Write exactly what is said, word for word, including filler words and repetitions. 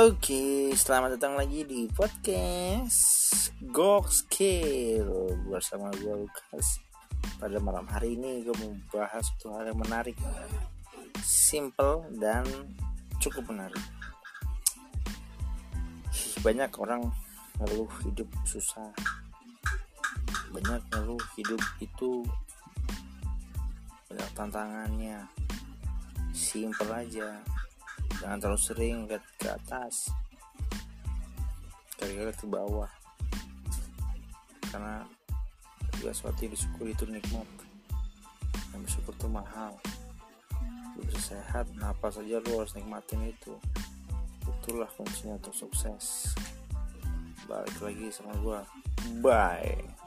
Oke, selamat datang lagi di podcast Gokskill bersama gue Lukas. Pada malam hari ini gue mau bahas satu hal yang menarik, simple dan cukup menarik. Banyak orang ngeluh hidup susah, banyak ngeluh hidup itu banyak tantangannya. Simple aja, jangan terlalu sering lihat ke atas, kali-kali ke bawah, karena segala sesuatu yang disyukuri itu nikmat, yang bersyukur itu mahal. Lu bisa sehat, nah apa saja lu harus nikmatin itu. Itulah kuncinya untuk sukses. Balik lagi sama gua, bye.